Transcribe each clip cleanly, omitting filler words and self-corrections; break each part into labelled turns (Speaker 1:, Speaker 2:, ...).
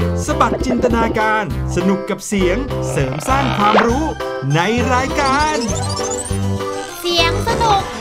Speaker 1: สบัดจินตนาการสนุกกับเสียงเสริมสร้างความรู้ในรายการ
Speaker 2: เสียงสนุก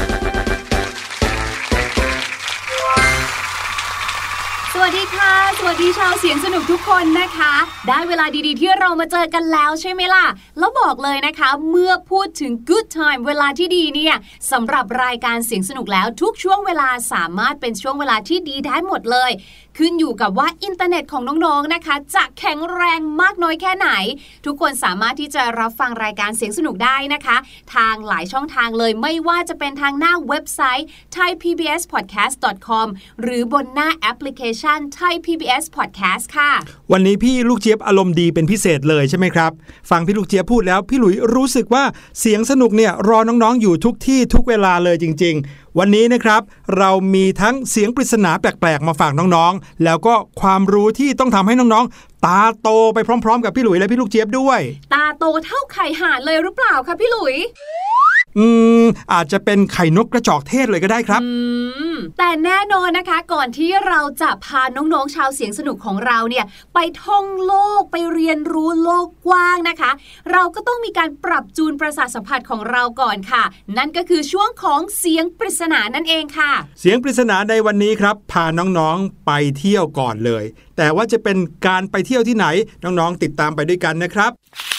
Speaker 3: สวัสดีค่ะสวัสดีชาวเสียงสนุกทุกคนนะคะได้เวลาดีๆที่เรามาเจอกันแล้วใช่ไหมล่ะแล้วบอกเลยนะคะเมื่อพูดถึง good time เวลาที่ดีเนี่ยสำหรับรายการเสียงสนุกแล้วทุกช่วงเวลาสามารถเป็นช่วงเวลาที่ดีได้หมดเลยขึ้นอยู่กับว่าอินเทอร์เน็ตของน้องๆนะคะจะแข็งแรงมากน้อยแค่ไหนทุกคนสามารถที่จะรับฟังรายการเสียงสนุกได้นะคะทางหลายช่องทางเลยไม่ว่าจะเป็นทางหน้าเว็บไซต์ thaipbspodcast.com หรือบนหน้าแอปพลิเคชัน Thai PBS Podcast ค่ะ
Speaker 1: วันนี้พี่ลูกเจี๊ยบอารมณ์ดีเป็นพิเศษเลยใช่ไหมครับฟังพี่ลูกเจี๊ยบพูดแล้วพี่หลุยรู้สึกว่าเสียงสนุกเนี่ยรอน้องๆอยู่ทุกที่ทุกเวลาเลยจริงๆวันนี้นะครับเรามีทั้งเสียงปริศนาแปลกๆมาฝากน้องๆแล้วก็ความรู้ที่ต้องทำให้น้องๆตาโตไปพร้อมๆกับพี่หลุยและพี่ลูกเจี๊ยบด้วย
Speaker 3: ตาโตเท่าไข่ห่านเลยหรือเปล่าคะพี่หลุย
Speaker 1: อาจจะเป็นไข่นกกระจอกเทศเลยก็ได้ครับ
Speaker 3: แต่แน่นอนนะคะก่อนที่เราจะพาน้องๆชาวเสียงสนุกของเราเนี่ยไปท่องโลกไปเรียนรู้โลกกว้างนะคะเราก็ต้องมีการปรับจูนประสาทสัมผัสของเราก่อนค่ะนั่นก็คือช่วงของเสียงปริศนานั่นเองค่ะ
Speaker 1: เสียงปริศนาในวันนี้ครับพาน้องๆไปเที่ยวก่อนเลยแต่ว่าจะเป็นการไปเที่ยวที่ไหนน้องๆติดตามไปด้วยกันนะครับ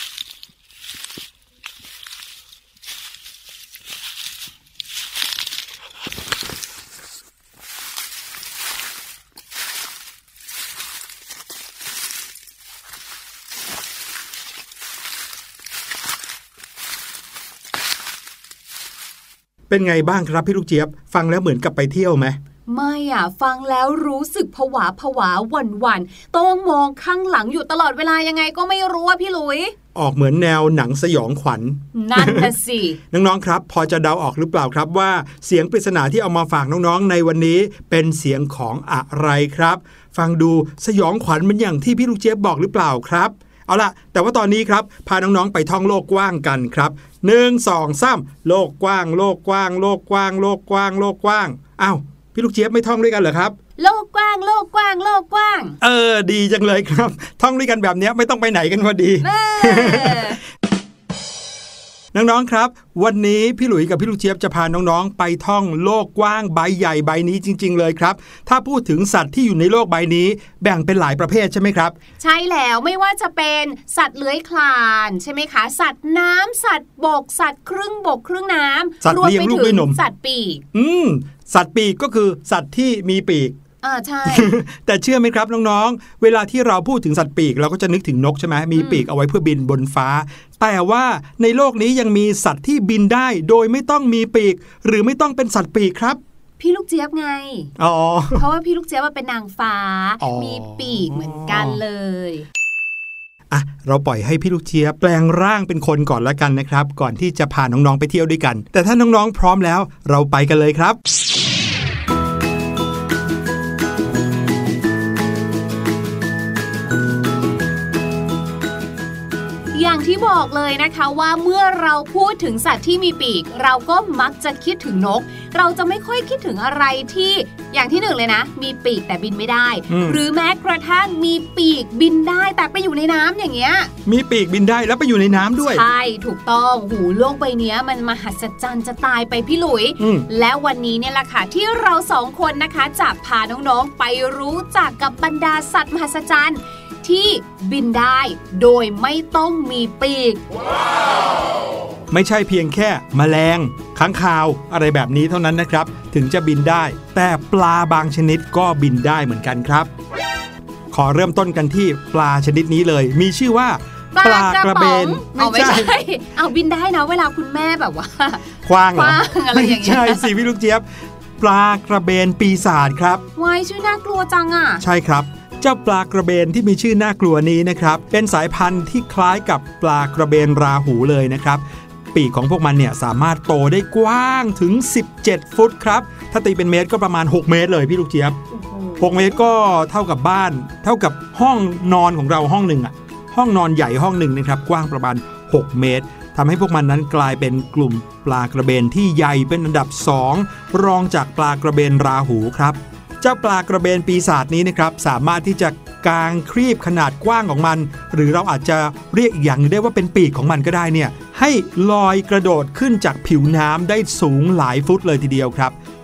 Speaker 1: เป็นไงบ้างครับพี่ลูกเจี๊ยบฟังแล้วเหมือนกับไปเที่ยวไหม
Speaker 3: ไม่ฟังแล้วรู้สึกผวาหวั่นต้องมองข้างหลังอยู่ตลอดเวลายังไงก็ไม่รู้ว่าพี่ลุย
Speaker 1: ออกเหมือนแนวหนังสยองขวัญ
Speaker 3: นั่นน่ะสิ
Speaker 1: น้องๆครับพอจะเดาออกหรือเปล่าครับว่าเสียงปริศนาที่เอามาฝากน้องๆในวันนี้เป็นเสียงของอะไรครับฟังดูสยองขวัญเหมือนอย่างที่พี่ลูกเจี๊ยบบอกหรือเปล่าครับเอาล่ะแต่ว่าตอนนี้ครับพาน้องๆไปท่องโลกกว้างกันครับ1 2 3โลกกว้างโลกกว้างโลกกว้างโลกกว้างโลกกว้างอ้าวพี่ลูกเจี๊ยบไม่ท่องด้วยกันเหรอครับ
Speaker 3: โลกกว้างโลกกว้างโลกกว้าง
Speaker 1: ดีจังเลยครับท่องด้วยกันแบบนี้ไม่ต้องไปไหนกันพอดีน้องๆครับวันนี้พี่หลุยกับพี่ลูกเจี๊ยบจะพาน้องๆไปท่องโลกกว้างใบใหญ่ใบนี้จริงๆเลยครับถ้าพูดถึงสัตว์ที่อยู่ในโลกใบนี้แบ่งเป็นหลายประเภทใช่ไหมครับ
Speaker 3: ใช่แล้วไม่ว่าจะเป็นสัตว์เลื้อยคลานใช่ไหมคะสัตว์น้ำสัตว์บกสัตว์ครึ่งบกครึ่งน้ำ
Speaker 1: รวมไปถึง
Speaker 3: สัตว์ปีก
Speaker 1: สัตว์ปีกก็คือสัตว์ที่มีปีก
Speaker 3: ใช่
Speaker 1: แต่เชื่อไหมครับน้องๆเวลาที่เราพูดถึงสัตว์ปีกเราก็จะนึกถึงนกใช่ไหมมีปีกเอาไว้เพื่อบินบนฟ้าแต่ว่าในโลกนี้ยังมีสัตว์ที่บินได้โดยไม่ต้องมีปีกหรือไม่ต้องเป็นสัตว์ปีกครับ
Speaker 3: พี่ลูกเจี๊ยบไงเพราะว่าพี่ลูกเจี๊ยบเป็นนางฟ้ามีปีกเหมือนกันเลย
Speaker 1: เราปล่อยให้พี่ลูกเจี๊ยบแปลงร่างเป็นคนก่อนละกันนะครับก่อนที่จะพาน้องๆไปเที่ยวด้วยกันแต่ถ้าน้องๆพร้อมแล้วเราไปกันเลยครับ
Speaker 3: อย่างที่บอกเลยนะคะว่าเมื่อเราพูดถึงสัตว์ที่มีปีกเราก็มักจะคิดถึงนกเราจะไม่ค่อยคิดถึงอะไรที่อย่างที่หนึ่งเลยนะมีปีกแต่บินไม่ได้หรือแม้กระทั่งมีปีกบินได้แต่ไปอยู่ในน้ำอย่างเงี้ย
Speaker 1: มีปีกบินได้แล้วไปอยู่ในน้ำด้วย
Speaker 3: ใช่ถูกต้องโลกใบนี้มันมหัศจรรย์จะตายไปพี่หลุยและวันนี้เนี่ยแหละค่ะที่เราสองคนนะคะจะพาน้องๆไปรู้จักกับบรรดาสัตว์มหัศจรรย์ที่บินได้โดยไม่ต้องมีปีก
Speaker 1: ไม่ใช่เพียงแค่แมลงค้างคาวอะไรแบบนี้เท่านั้นนะครับถึงจะบินได้แต่ปลาบางชนิดก็บินได้เหมือนกันครับขอเริ่มต้นกันที่ปลาชนิดนี้เลยมีชื่อว่าปลากระเบน
Speaker 3: ไม่ใช่เอาบินได้นะเวลาคุณแม่แบบว่า
Speaker 1: คว้างอะไรอย่างเงี้ยไม่ใช่สิพี่ลูกเจี๊ยบปลากระเบนปีศาจครับ
Speaker 3: ว้ายชื่อน่ากลัวจังอ่ะ
Speaker 1: ใช่ครับเจ้าปลากระเบนที่มีชื่อน่ากลัวนี้นะครับเป็นสายพันธุ์ที่คล้ายกับปลากระเบนราหูเลยนะครับปีกของพวกมันเนี่ยสามารถโตได้กว้างถึง17ฟุตครับถ้าตีเป็นเมตรก็ประมาณ6เมตรเลยพี่ลูกเจี๊ยบ6เมตรก็เท่ากับบ้านเท่ากับห้องนอนของเราห้องนึงอ่ะห้องนอนใหญ่ห้องนึงนะครับกว้างประมาณ6เมตรทำให้พวกมันนั้นกลายเป็นกลุ่มปลากระเบนที่ใหญ่เป็นอันดับ2รองจากปลากระเบนราหูครับเจ้าปลากระเบนปีศาจนี้นะครับสามารถที่จะกางครีบขนาดกว้างของมันหรือเราอาจจะเรียกอีกอย่างนึงได้ว่าเป็นปีกของมันก็ได้เนี่ยให้ลอยกระโดดขึ้นจากผิวน้ำได้สูงหลายฟุตเลยทีเดียวครับ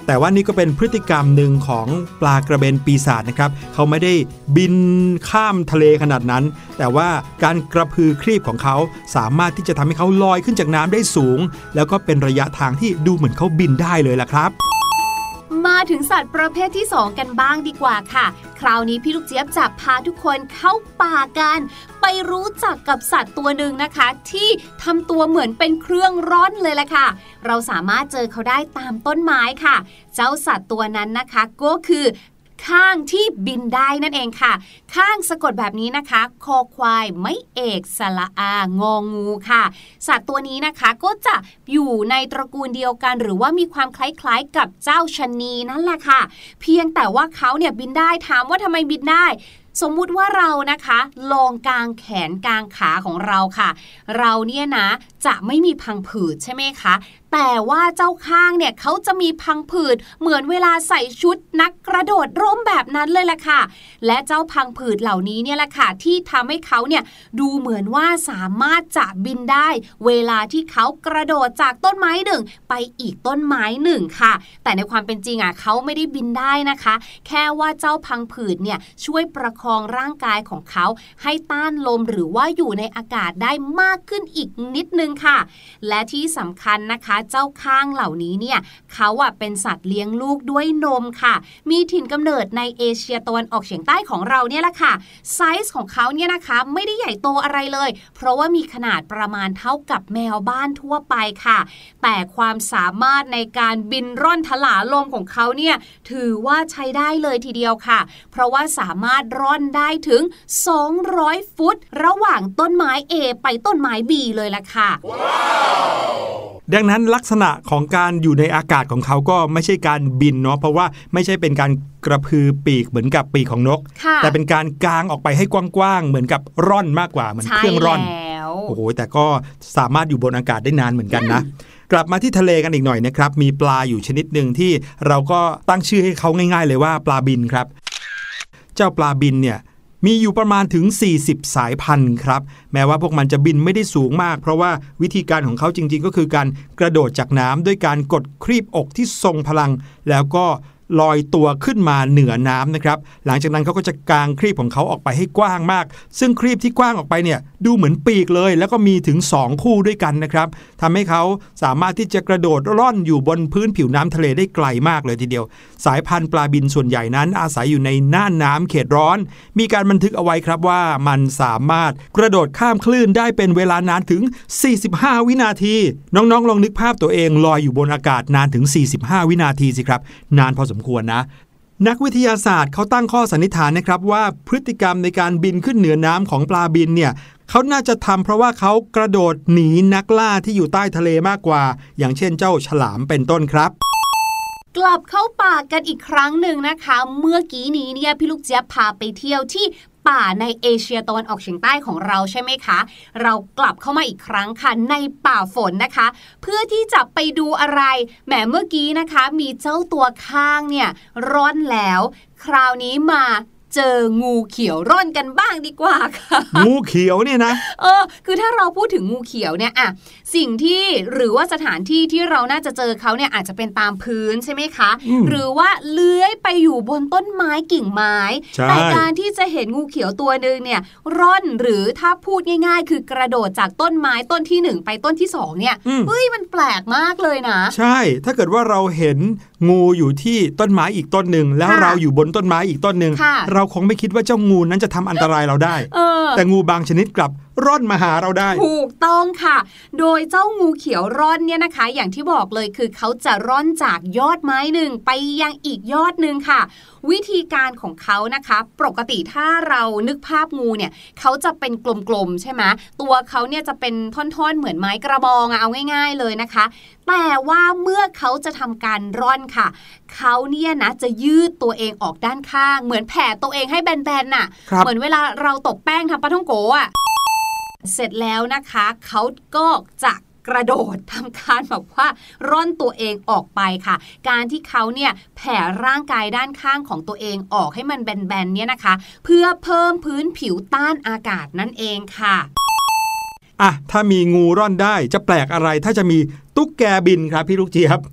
Speaker 1: แต่ว่านี่ก็เป็นพฤติกรรมหนึ่งของปลากระเบนปีศาจนะครับเขาไม่ได้บินข้ามทะเลขนาดนั้นแต่ว่าการกระพือครีบของเขาสามารถที่จะทำให้เขาลอยขึ้นจากน้ำได้สูงแล้วก็เป็นระยะทางที่ดูเหมือนเขาบินได้เลยล่ะครับ
Speaker 3: มาถึงสัตว์ประเภทที่2กันบ้างดีกว่าค่ะคราวนี้พี่ลูกเจี๊ยบจะพาทุกคนเข้าป่ากันไปรู้จักกับสัตว์ตัวหนึ่งนะคะที่ทำตัวเหมือนเป็นเครื่องร่อนเลยแหละค่ะเราสามารถเจอเขาได้ตามต้นไม้ค่ะเจ้าสัตว์ตัวนั้นนะคะก็คือข้างที่บินได้นั่นเองค่ะข้างสะกดแบบนี้นะคะคอควายไม้เอกสระอางองูค่ะสัตว์ตัวนี้นะคะก็จะอยู่ในตระกูลเดียวกันหรือว่ามีความคล้ายๆกับเจ้าชะนีนั่นแหละค่ะเพียงแต่ว่าเขาเนี่ยบินได้ถามว่าทำไมบินได้สมมุติว่าเรานะคะลองกางแขนกางขาของเราค่ะเราเนี่ยนะจะไม่มีพังผืดใช่ไหมคะแต่ว่าเจ้าข้างเนี่ยเขาจะมีพังผืดเหมือนเวลาใส่ชุดนักกระโดดร่มแบบนั้นเลยแหละค่ะและเจ้าพังผืดเหล่านี้เนี่ยแหละค่ะที่ทำให้เขาเนี่ยดูเหมือนว่าสามารถจะบินได้เวลาที่เขากระโดดจากต้นไม้หนึ่งไปอีกต้นไม้หนึ่งค่ะแต่ในความเป็นจริงเขาไม่ได้บินได้นะคะแค่ว่าเจ้าพังผืดเนี่ยช่วยประคองร่างกายของเขาให้ต้านลมหรือว่าอยู่ในอากาศได้มากขึ้นอีกนิดนึงค่ะและที่สำคัญนะคะเจ้าข้างเหล่านี้เนี่ยเขาเป็นสัตว์เลี้ยงลูกด้วยนมค่ะมีถิ่นกำเนิดในเอเชียตะวันออกเฉียงใต้ของเราเนี่ยแหละค่ะไซส์ของเขาเนี่ยนะคะไม่ได้ใหญ่โตอะไรเลยเพราะว่ามีขนาดประมาณเท่ากับแมวบ้านทั่วไปค่ะแต่ความสามารถในการบินร่อนทลาลมของเขาเนี่ยถือว่าใช้ได้เลยทีเดียวค่ะเพราะว่าสามารถร่อนได้ถึง200 ฟุตระหว่างต้นไม้ A ไปต้นไม้ B เลยล่ะค่ะ
Speaker 1: ดังนั้นลักษณะของการอยู่ในอากาศของเขาก็ไม่ใช่การบินเนาะเพราะว่าไม่ใช่เป็นการกระพือปีกเหมือนกับปีกของนกแต่เป็นการกางออกไปให้กว้างๆเหมือนกับร่อนมากกว่าเหมือนเครื่องร่อนโอ้โหแต่ก็สามารถอยู่บนอากาศได้นานเหมือนกันนะกลับมาที่ทะเลกันอีกหน่อยนะครับมีปลาอยู่ชนิดหนึ่งที่เราก็ตั้งชื่อให้เขาง่ายๆเลยว่าปลาบินครับเจ้าปลาบินเนี่ยมีอยู่ประมาณถึง40สายพันธุ์ครับแม้ว่าพวกมันจะบินไม่ได้สูงมากเพราะว่าวิธีการของเขาจริงๆก็คือการกระโดดจากน้ำด้วยการกดครีบอกที่ทรงพลังแล้วก็ลอยตัวขึ้นมาเหนือน้ำนะครับหลังจากนั้นเขาก็จะกางครีบของเขาออกไปให้กว้างมากซึ่งครีบที่กว้างออกไปเนี่ยดูเหมือนปีกเลยแล้วก็มีถึง2คู่ด้วยกันนะครับทำให้เขาสามารถที่จะกระโดดร่อนอยู่บนพื้นผิวน้ำทะเลได้ไกลมากเลยทีเดียวสายพันธุ์ปลาบินส่วนใหญ่นั้นอาศัยอยู่ในน่านน้ำเขตร้อนมีการบันทึกเอาไว้ครับว่ามันสามารถกระโดดข้ามคลื่นได้เป็นเวลานานถึง45วินาทีน้องๆลองนึกภาพตัวเองลอยอยู่บนอากาศนานถึง45วินาทีสิครับนานพอสมควรนะนักวิทยาศาสตร์เขาตั้งข้อสันนิษฐานนะครับว่าพฤติกรรมในการบินขึ้นเหนือน้ำของปลาบินเนี่ยเขาน่าจะทำเพราะว่าเขากระโดดหนีนักล่าที่อยู่ใต้ทะเลมากกว่าอย่างเช่นเจ้าฉลามเป็นต้นครับ
Speaker 3: กลับเข้าป่ากันอีกครั้งหนึ่งนะคะเมื่อกี้นี้เนี่ยพี่ลูกเจี๊ยบพาไปเที่ยวที่ป่าในเอเชียตะวันออกเฉียงใต้ของเราใช่ไหมคะเรากลับเข้ามาอีกครั้งค่ะในป่าฝนนะคะเพื่อที่จะไปดูอะไรแหมเมื่อกี้นะคะมีเจ้าตัวข้างเนี่ยร่อนแล้วคราวนี้มาเจองูเขียวร่อนกันบ้างดีกว่าค่ะ
Speaker 1: งูเขียวเนี่ยนะ
Speaker 3: คือถ้าเราพูดถึงงูเขียวเนี่ยสิ่งที่หรือว่าสถานที่ที่เราน่าจะเจอเขาเนี่ยอาจจะเป็นตามพื้นใช่ไหมคะหรือว่าเลื้อยไปอยู่บนต้นไม้กิ่งไม้แต่การที่จะเห็นงูเขียวตัวนึงเนี่ยร่อนหรือถ้าพูดง่ายๆคือกระโดดจากต้นไม้ต้นที่1ไปต้นที่2เนี่ยเฮ้ยมันแปลกมากเลยนะ
Speaker 1: ใช่ถ้าเกิดว่าเราเห็นงูอยู่ที่ต้นไม้อีกต้นหนึ่งแล้วเราอยู่บนต้นไม้อีกต้นหนึ่งเราคงไม่คิดว่าเจ้างูนั้นจะทำอันตรายเราได้แต่งูบางชนิดกลับร่อนมาหาเราได้
Speaker 3: ถูกต้องค่ะโดยเจ้างูเขียวร่อนเนี่ยนะคะอย่างที่บอกเลยคือเขาจะร่อนจากยอดไม้หนึ่งไปยังอีกยอดหนึ่งค่ะวิธีการของเขานะคะปกติถ้าเรานึกภาพงูเนี่ยเขาจะเป็นกลมๆใช่ไหมตัวเขาเนี่ยจะเป็นท่อนๆเหมือนไม้กระบองเอาง่ายๆเลยนะคะแต่ว่าเมื่อเขาจะทำการร่อนค่ะเขาเนี่ยนะจะยืดตัวเองออกด้านข้างเหมือนแผ่ตัวเองให้แบนๆน่ะเหมือนเวลาเราตบแป้งทำปลาท่องโกะเสร็จแล้วนะคะเขาก็จะกระโดดทำการแบบว่าร่อนตัวเองออกไปค่ะการที่เขาเนี่ยแผ่ร่างกายด้านข้างของตัวเองออกให้มันแบนๆเนี่ยนะคะเพื่อเพิ่มพื้นผิวต้านอากาศนั่นเองค่ะ
Speaker 1: ถ้ามีงูร่อนได้จะแปลกอะไรถ้าจะมีตุ๊กแกบินครับพี่ลูกเจี๊ยบ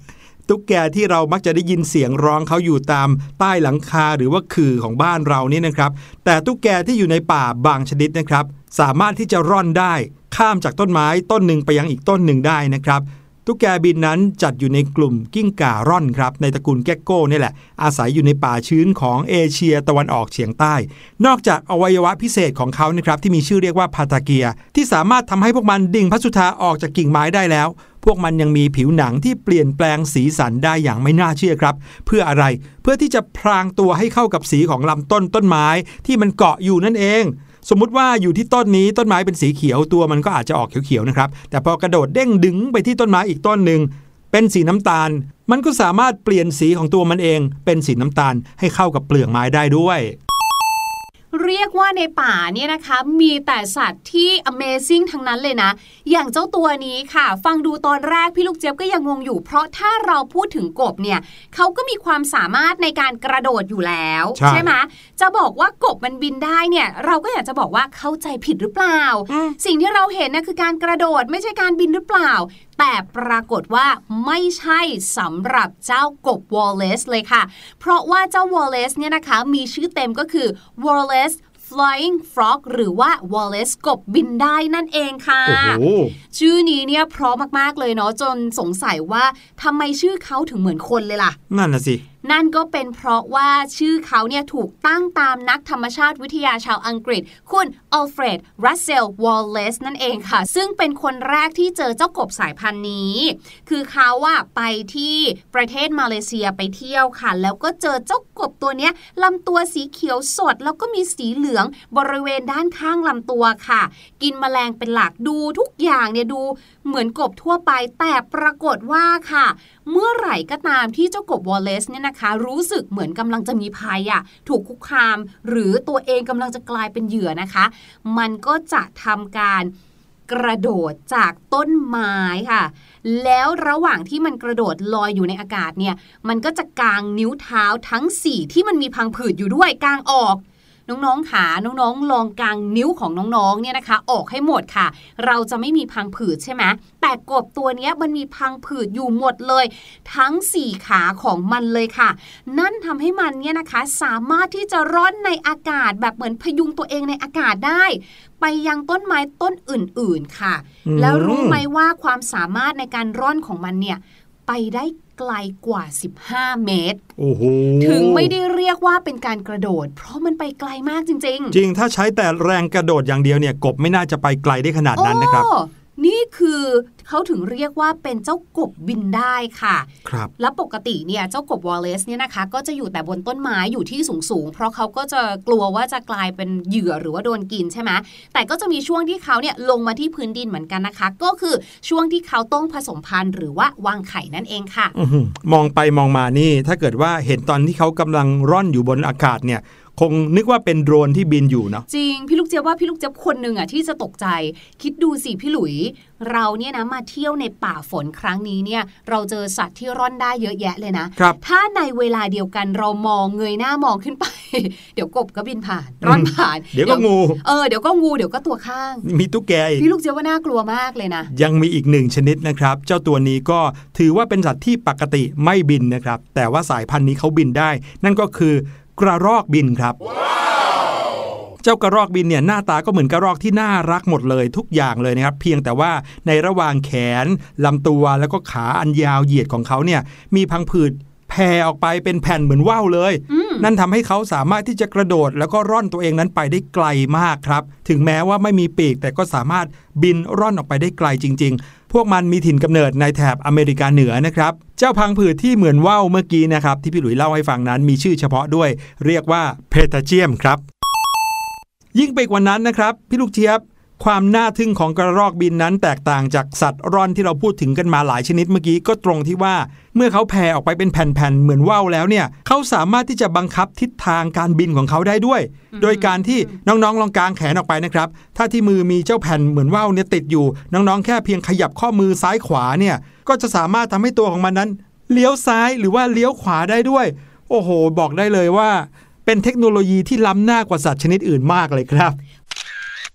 Speaker 1: ตุ๊กแกที่เรามักจะได้ยินเสียงร้องเขาอยู่ตามใต้หลังคาหรือว่าขื่อของบ้านเรานี่นะครับแต่ตุ๊กแกที่อยู่ในป่าบางชนิดนะครับสามารถที่จะร่อนได้ข้ามจากต้นไม้ต้นหนึ่งไปยังอีกต้นหนึ่งได้นะครับตุ๊กแกบินนั้นจัดอยู่ในกลุ่มกิ้งก่าร่อนครับในตระกูลแกกโก้นี่แหละอาศัยอยู่ในป่าชื้นของเอเชียตะวันออกเฉียงใต้นอกจากอวัยวะพิเศษของเขานะครับที่มีชื่อเรียกว่าพาตาเกียที่สามารถทำให้พวกมันดิ่งพระสุธาออกจากกิ่งไม้ได้แล้วพวกมันยังมีผิวหนังที่เปลี่ยนแปลงสีสันได้อย่างไม่น่าเชื่อครับเพื่ออะไรเพื่อที่จะพรางตัวให้เข้ากับสีของลำต้นไม้ที่มันเกาะอยู่นั่นเองสมมุติว่าอยู่ที่ต้นนี้ต้นไม้เป็นสีเขียวตัวมันก็อาจจะออกเขียวๆนะครับแต่พอกระโดดเด้งดึงไปที่ต้นไม้อีกต้นหนึ่งเป็นสีน้ำตาลมันก็สามารถเปลี่ยนสีของตัวมันเองเป็นสีน้ำตาลให้เข้ากับเปลือกไม้ได้ด้วย
Speaker 3: เรียกว่าในป่าเนี่ยนะคะมีแต่สัตว์ที่ Amazing ทั้งนั้นเลยนะอย่างเจ้าตัวนี้ค่ะฟังดูตอนแรกพี่ลูกเจี๊ยบก็ยังงงอยู่เพราะถ้าเราพูดถึงกบเนี่ยเขาก็มีความสามารถในการกระโดดอยู่แล้วใช่ไหมจะบอกว่ากบมันบินได้เนี่ยเราก็อยากจะบอกว่าเข้าใจผิดหรือเปล่าสิ่งที่เราเห็นนะคือการกระโดดไม่ใช่การบินหรือเปล่าแต่ปรากฏว่าไม่ใช่สำหรับเจ้ากบวอลเลซเลยค่ะเพราะว่าเจ้าวอลเลซเนี่ยนะคะมีชื่อเต็มก็คือ Wallace Flying Frog หรือว่า Wallace กบบินได้นั่นเองค่ะชื่อนี้เนี่ยเพราะมากๆเลยเนาะจนสงสัยว่าทำไมชื่อเขาถึงเหมือนคนเลยล่ะ
Speaker 1: นั่นน่ะสิ
Speaker 3: นั่นก็เป็นเพราะว่าชื่อเขาเนี่ยถูกตั้งตามนักธรรมชาติวิทยาชาวอังกฤษคุณอัลเฟรด รัสเซล วอลเลซนั่นเองค่ะซึ่งเป็นคนแรกที่เจอเจ้ากบสายพันธุ์นี้คือเขาไปที่ประเทศมาเลเซียไปเที่ยวค่ะแล้วก็เจอเจ้ากบตัวเนี้ยลำตัวสีเขียวสดแล้วก็มีสีเหลืองบริเวณด้านข้างลำตัวค่ะกินแมลงเป็นหลักดูทุกอย่างเนี่ยดูเหมือนกบทั่วไปแต่ปรากฏว่าค่ะเมื่อไหร่ก็ตามที่เจ้ากบวอลเลซเนี่ยนะคะรู้สึกเหมือนกำลังจะมีภัยถูกคุกคามหรือตัวเองกำลังจะกลายเป็นเหยื่อนะคะมันก็จะทำการกระโดดจากต้นไม้ค่ะแล้วระหว่างที่มันกระโดดลอยอยู่ในอากาศเนี่ยมันก็จะกางนิ้วเท้าทั้ง4ที่มันมีพังผืดอยู่ด้วยกางออกน้องๆค่ะน้องๆลองกางนิ้วของน้องๆเนี่ยนะคะออกให้หมดค่ะเราจะไม่มีพังผืดใช่ไหมแต่กบตัวนี้มันมีพังผืดอยู่หมดเลยทั้ง4ขาของมันเลยค่ะนั่นทำให้มันเนี่ยนะคะสามารถที่จะร่อนในอากาศแบบเหมือนพยุงตัวเองในอากาศได้ไปยังต้นไม้ต้นอื่นๆค่ะแล้วรู้ไหมว่าความสามารถในการร่อนของมันเนี่ยไปได้ไกลกว่า15 เมตรถึงไม่ได้เรียกว่าเป็นการกระโดดเพราะมันไปไกลมากจริงๆ
Speaker 1: จริงถ้าใช้แต่แรงกระโดดอย่างเดียวเนี่ยกบไม่น่าจะไปไกลได้ขนาดนั้นนะครับ
Speaker 3: นี่คือเขาถึงเรียกว่าเป็นเจ้ากบบินได้ค่ะ
Speaker 1: ครับ
Speaker 3: แล้วปกติเนี่ยเจ้ากบวอลเลซเนี่ยนะคะก็จะอยู่แต่บนต้นไม้อยู่ที่สูงๆเพราะเขาก็จะกลัวว่าจะกลายเป็นเหยื่อหรือว่าโดนกินใช่ไหมแต่ก็จะมีช่วงที่เขาเนี่ยลงมาที่พื้นดินเหมือนกันนะคะก็คือช่วงที่เขาต้องผสมพันธุ์หรือว่าวางไข่นั่นเองค่ะ
Speaker 1: มองไปมองมานี่ถ้าเกิดว่าเห็นตอนที่เขากำลังร่อนอยู่บนอากาศเนี่ยคงนึกว่าเป็นโดรนที่บินอยู่เนาะ
Speaker 3: จริงพี่ลูกเจี๊ยบว่าพี่ลูกเจี๊ยบคนนึงที่จะตกใจคิดดูสิพี่หลุยเราเนี่ยนะมาเที่ยวในป่าฝนครั้งนี้เนี่ยเราเจอสัตว์ที่ร่อนได้เยอะแยะเลยนะถ้าในเวลาเดียวกันเรามองเงยหน้ามองขึ้นไปเดี๋ยวกบก็บินผ่านร่อนผ่าน
Speaker 1: เดี๋ยวก็งู
Speaker 3: เดี๋ยวก็งูเดี๋ยวก็ตัวข้าง
Speaker 1: มีตุ๊กแก
Speaker 3: พี่ลูกเจี๊ยบว่าน่ากลัวมากเลยนะ
Speaker 1: ยังมีอีกหนึ่งชนิดนะครับเจ้าตัวนี้ก็ถือว่าเป็นสัตว์ที่ปกติไม่บินนะครับแต่ว่าสายพันธุ์นี้เขาบินได้นั่นก็คือกระรอกบินครับเจ้ากระรอกบินเนี่ยหน้าตาก็เหมือนกระรอกที่น่ารักหมดเลยทุกอย่างเลยนะครับเพียงแต่ว่าในระหว่างแขนลำตัวแล้วก็ขาอันยาวเหยียดของเขาเนี่ยมีพังผืดแผ่ออกไปเป็นแผ่นเหมือนว่าวเลยนั่นทำให้เขาสามารถที่จะกระโดดแล้วก็ร่อนตัวเองนั้นไปได้ไกลมากครับถึงแม้ว่าไม่มีปีกแต่ก็สามารถบินร่อนออกไปได้ไกลจริงๆพวกมันมีถิ่นกำเนิดในแถบอเมริกาเหนือนะครับเจ้าพังผืดที่เหมือนว่าวเมื่อกี้นะครับที่พี่หลุยเล่าให้ฟังนั้นมีชื่อเฉพาะด้วยเรียกว่าเพทาเจียมครับยิ่งไปกว่านั้นนะครับพี่ลูกเจี๊ยบความน่าทึ่งของกระรอกบินนั้นแตกต่างจากสัตว์ร่อนที่เราพูดถึงกันมาหลายชนิดเมื่อกี้ก็ตรงที่ว่าเมื่อเขาแผ่ออกไปเป็นแผ่นๆเหมือนว่าวแล้วเนี่ยเขาสามารถที่จะบังคับทิศทางการบินของเขาได้ด้วยโดยการที่น้องๆลองกางแขนออกไปนะครับถ้าที่มือมีเจ้าแผ่นเหมือนว่าวเนี่ยติดอยู่น้องๆแค่เพียงขยับข้อมือซ้ายขวาเนี่ยก็จะสามารถทำให้ตัวของมันนั้นเลี้ยวซ้ายหรือว่าเลี้ยวขวาได้ด้วยโอ้โหบอกได้เลยว่าเป็นเทคโนโลยีที่ล้ำหน้ากว่าสัตว์ชนิดอื่นมากเลยครับ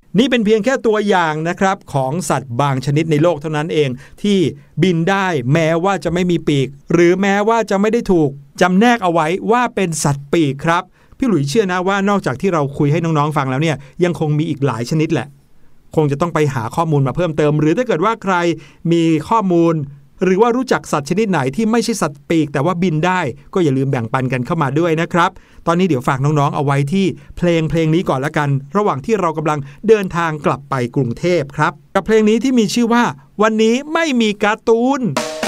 Speaker 1: นี่เป็นเพียงแค่ตัวอย่างนะครับของสัตว์บางชนิดในโลกเท่านั้นเองที่บินได้แม้ว่าจะไม่มีปีกหรือแม้ว่าจะไม่ได้ถูกจำแนกเอาไว้ว่าเป็นสัตว์ปีกครับพี่หลุยเชื่อนะว่านอกจากที่เราคุยให้น้องๆฟังแล้วเนี่ยยังคงมีอีกหลายชนิดแหละคงจะต้องไปหาข้อมูลมาเพิ่มเติมหรือถ้าเกิดว่าใครมีข้อมูลหรือว่ารู้จักสัตว์ชนิดไหนที่ไม่ใช่สัตว์ปีกแต่ว่าบินได้ก็อย่าลืมแบ่งปันกันเข้ามาด้วยนะครับตอนนี้เดี๋ยวฝากน้องๆเอาไว้ที่เพลงนี้ก่อนละกันระหว่างที่เรากำลังเดินทางกลับไปกรุงเทพครับกับเพลงนี้ที่มีชื่อว่าวันนี้ไม่มีการ์ตูน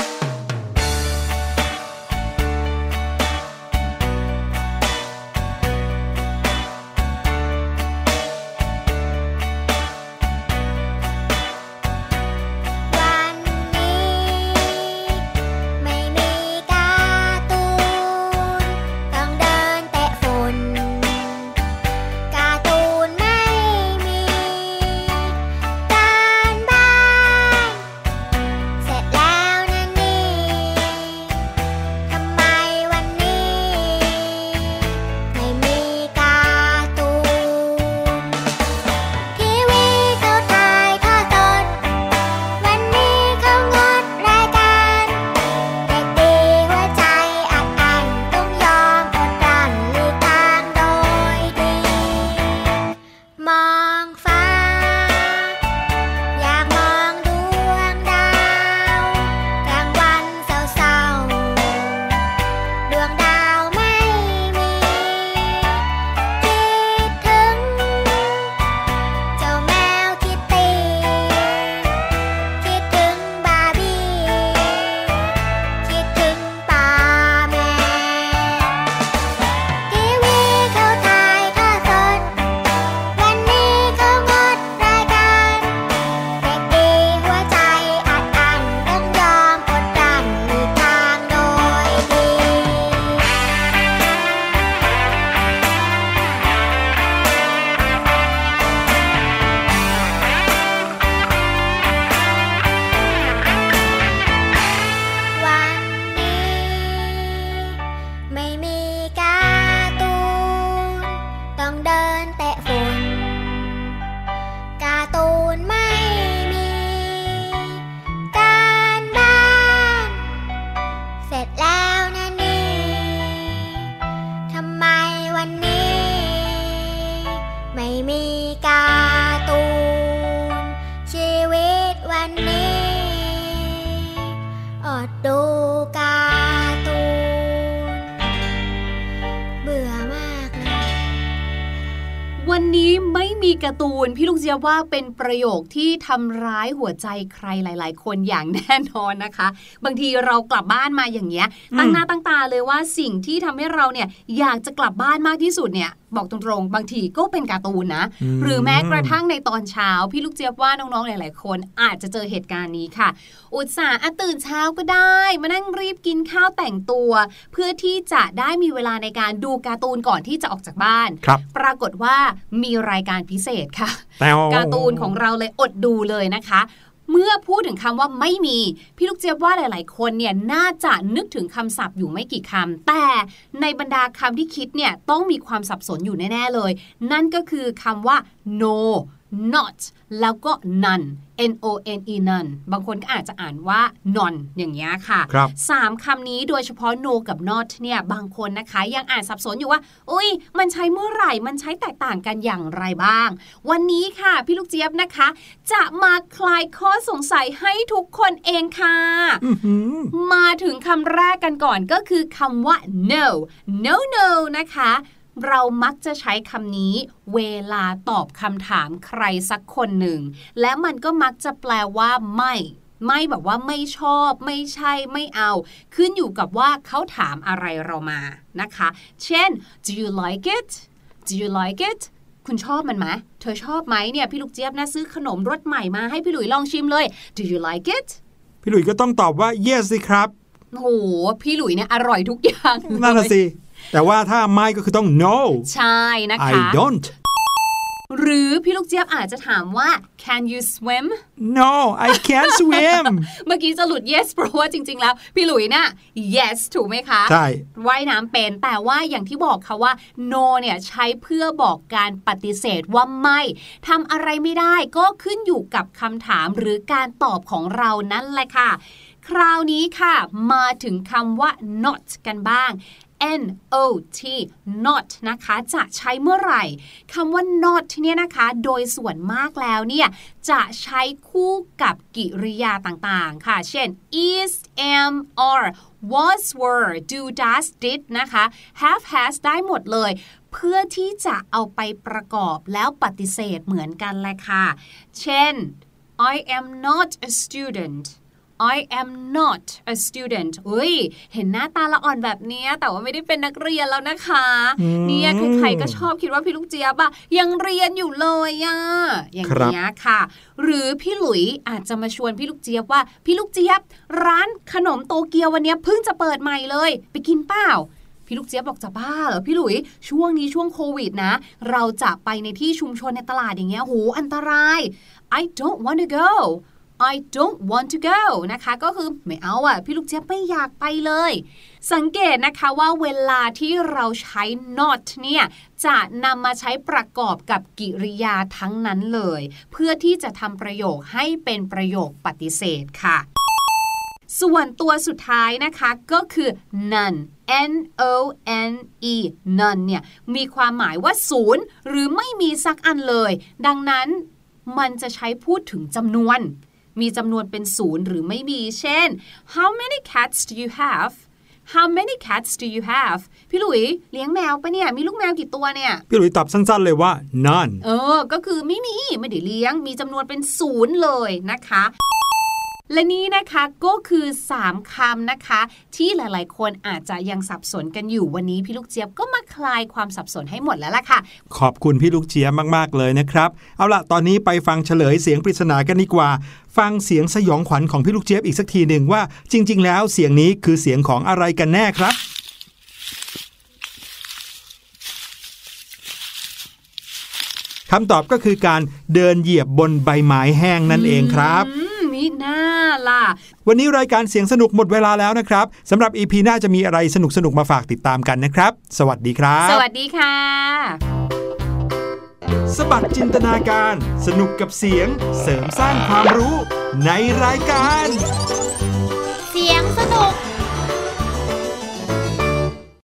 Speaker 3: วันนี้ไม่มีการ์ตูนพี่ลูกเจี๊ยบว่าเป็นประโยคที่ทำร้ายหัวใจใครหลายๆคนอย่างแน่นอนนะคะบางทีเรากลับบ้านมาอย่างเงี้ยตั้งหน้าตั้งตาเลยว่าสิ่งที่ทำให้เราเนี่ยอยากจะกลับบ้านมากที่สุดเนี่ยบอกตรงๆบางทีก็เป็นการ์ตูนนะหรือแม้กระทั่งในตอนเช้าพี่ลูกเจี๊ยบว่าน้องๆหลายๆคนอาจจะเจอเหตุการณ์นี้ค่ะอุตส่าห์ตื่นเช้าก็ได้มานั่งรีบกินข้าวแต่งตัวเพื่อที่จะได้มีเวลาในการดูการ์ตูนก่อนที่จะออกจากบ้านปรากฏว่ามีรายการพิเศษค่ะการ์ตูนของเราเลยอดดูเลยนะคะเมื่อพูดถึงคำว่าไม่มีพี่ลูกเจี๊ยบว่าหลายๆคนเนี่ยน่าจะนึกถึงคำศัพท์อยู่ไม่กี่คำแต่ในบรรดาคำที่คิดเนี่ยต้องมีความสับสนอยู่แน่ๆเลยนั่นก็คือคำว่า no not แล้วก็ none none none บางคนก็อาจจะอ่านว่า none อย่างเงี้ยค่ะ3คำนี้โดยเฉพาะ no กับ not เนี่ยบางคนนะคะยังอ่านสับสนอยู่ว่าอุ๊ยมันใช้เมื่อไหร่มันใช้แตกต่างกันอย่างไรบ้างวันนี้ค่ะพี่ลูกเจี๊ยบนะคะจะมาคลายข้อสงสัยให้ทุกคนเองค่ะ มาถึงคำแรกกันก่อนก็คือคำว่า no no no นะคะเรามักจะใช้คำนี้เวลาตอบคำถามใครสักคนหนึ่งและมันก็มักจะแปลว่าไม่แบบว่าไม่ชอบไม่ใช่ไม่เอาขึ้นอยู่กับว่าเขาถามอะไรเรามานะคะเช่น do you like it do you like it คุณชอบมันไหมเธอชอบไหมเนี่ยพี่ลูกเจี๊ยบนะซื้อขนมรสใหม่มาให้พี่หลุยลองชิมเลย do you like it
Speaker 1: พี่หลุยก็ต้องตอบว่า yes สิครับ
Speaker 3: โอ้โหพี่หลุยเนี่ยอร่อยทุกอย่าง
Speaker 1: นั่นน่ะสิแต่ว่าถ้าไม่ก็คือต้อง no
Speaker 3: ใช่นะคะ
Speaker 1: I don't
Speaker 3: หรือพี่ลูกเจี๊ยบอาจจะถามว่า Can you swim
Speaker 1: No I can't swim
Speaker 3: เมื่อกี้จะหลุด yes เพราะว่าจริงๆแล้วพี่หลุยน่ะ yes ถูกไหมคะ
Speaker 1: ใช่
Speaker 3: ว่ายน้ำเป็นแต่ว่าอย่างที่บอกค่ะว่า no เนี่ยใช้เพื่อบอกการปฏิเสธว่าไม่ทำอะไรไม่ได้ก็ขึ้นอยู่กับคำถามหรือการตอบของเรานั่นแหละค่ะคราวนี้ค่ะมาถึงคำว่า not กันบ้าง not not นะคะจะใช้เมื่อไหร่คำว่า not เนี่ยนะคะโดยส่วนมากแล้วเนี่ยจะใช้คู่กับกิริยาต่างๆค่ะเช่น is am are was were do does did นะคะ have has ได้หมดเลยเพื่อที่จะเอาไปประกอบแล้วปฏิเสธเหมือนกันแหละค่ะเช่น I am not a student I am not a student เห็นหน้าตาละอ่อนแบบนี้แต่ว่าไม่ได้เป็นนักเรียนแล้วนะคะเนี่ยใครๆก็ชอบคิดว่าพี่ลูกเจี๊ยบอะยังเรียนอยู่เลยอะอย่างนี้ค่ะหรือพี่หลุยอาจจะมาชวนพี่ลูกเจี๊ยบว่าพี่ลูกเจี๊ยบร้านขนมโตเกียววันนี้เพิ่งจะเปิดใหม่เลยไปกินเปล่าพี่ลูกเจี๊ยบบอกจะบ้าเหรอพี่หลุยช่วงนี้ช่วงโควิดนะเราจะไปในที่ชุมชนในตลาดอย่างเงี้ยโหอันตราย I don't want to go I don't want to go นะคะก็คือไม่เอาอ่ะพี่ลูกเจี๊ยบไม่อยากไปเลยสังเกตนะคะว่าเวลาที่เราใช้ not เนี่ยจะนำมาใช้ประกอบกับกิริยาทั้งนั้นเลยเพื่อที่จะทำประโยคให้เป็นประโยคปฏิเสธค่ะส่วนตัวสุดท้ายนะคะก็คือ none N-O-N-E none เนี่ยมีความหมายว่าศูนย์หรือไม่มีสักอันเลยดังนั้นมันจะใช้พูดถึงจำนวนมีจำนวนเป็นศูนย์หรือไม่มีเช่น How many cats do you have How many cats do you have พี่หลุยเลี้ยงแมวปะเนี่ยมีลูกแมวกี่ตัวเนี่ย
Speaker 1: พี่หลุยตอบสั้นๆเลยว่า none
Speaker 3: ก็คือไม่ได้เลี้ยงมีจำนวนเป็นศูนย์เลยนะคะและนี่นะคะก็คือ3คำนะคะที่หลายๆคนอาจจะยังสับสนกันอยู่วันนี้พี่ลูกเจี๊ยบก็มาคลายความสับสนให้หมดแล้วล่ะค่ะ
Speaker 1: ขอบคุณพี่ลูกเจี๊ยบมากๆเลยนะครับเอาล่ะตอนนี้ไปฟังเฉลยเสียงปริศนากันดีกว่าฟังเสียงสยองขวัญของพี่ลูกเจี๊ยบอีกสักทีหนึ่งว่าจริงๆแล้วเสียงนี้คือเสียงของอะไรกันแน่ครับคำตอบก็คือการเดินเหยียบบนใบไม้แห้งนั่นเองครับ
Speaker 3: มิน่าล่ะ
Speaker 1: วันนี้รายการเสียงสนุกหมดเวลาแล้วนะครับสำหรับ EP หน้าจะมีอะไรสนุกๆมาฝากติดตามกันนะครับสวัสดีครับ
Speaker 3: สวัสดีค่ะ
Speaker 1: สบัดจินตนาการสนุกกับเสียงเสริมสร้างความรู้ในรายการ
Speaker 2: เสียงส